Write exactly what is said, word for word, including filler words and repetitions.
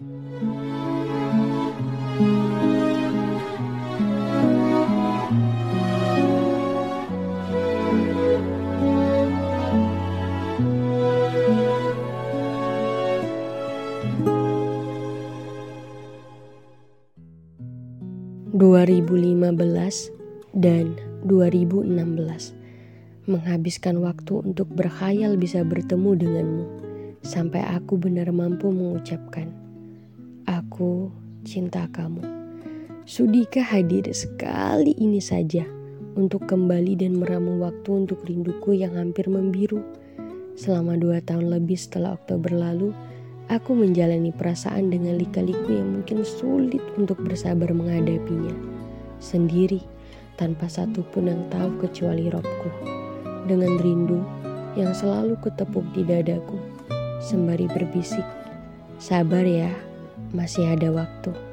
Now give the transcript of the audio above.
dua ribu lima belas dan dua ribu enam belas menghabiskan waktu untuk berkhayal bisa bertemu denganmu sampai aku benar mampu mengucapkan aku cinta kamu. Sudikah hadir sekali ini saja untuk kembali dan meramu waktu untuk rinduku yang hampir membiru. Selama dua tahun lebih setelah Oktober lalu, aku menjalani perasaan dengan lika-liku yang mungkin sulit untuk bersabar menghadapinya. Sendiri, tanpa satupun yang tahu kecuali Robku. Dengan rindu yang selalu kutepuk di dadaku, sembari berbisik, sabar ya, masih ada waktu.